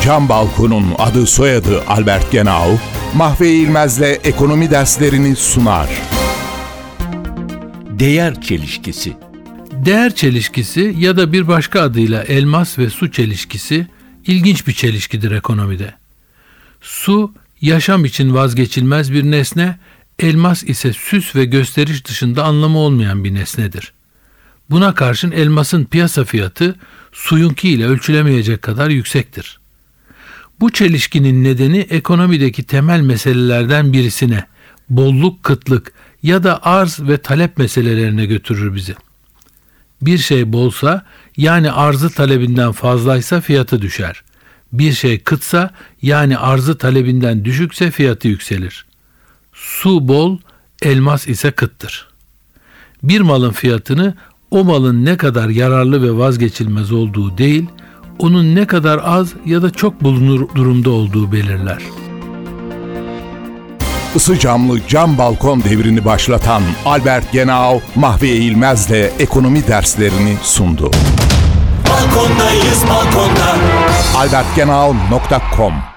Cam Balkon'un adı soyadı Albert Genau, Mahve İlmez'le ekonomi derslerini sunar. Değer çelişkisi. Değer çelişkisi ya da bir başka adıyla elmas ve su çelişkisi ilginç bir çelişkidir ekonomide. Su, yaşam için vazgeçilmez bir nesne, elmas ise süs ve gösteriş dışında anlamı olmayan bir nesnedir. Buna karşın elmasın piyasa fiyatı suyunki ile ölçülemeyecek kadar yüksektir. Bu çelişkinin nedeni ekonomideki temel meselelerden birisine, bolluk kıtlık ya da arz ve talep meselelerine götürür bizi. Bir şey bolsa, yani arzı talebinden fazlaysa fiyatı düşer. Bir şey kıtsa, yani arzı talebinden düşükse fiyatı yükselir. Su bol, elmas ise kıttır. Bir malın fiyatını o malın ne kadar yararlı ve vazgeçilmez olduğu değil, onun ne kadar az ya da çok bulunur durumda olduğu belirler. Isı camlı cam balkon devrini başlatan Albert Genau, Mahve İlmez'le ekonomi derslerini sundu. Balkondayız balkonda. albertgenau.com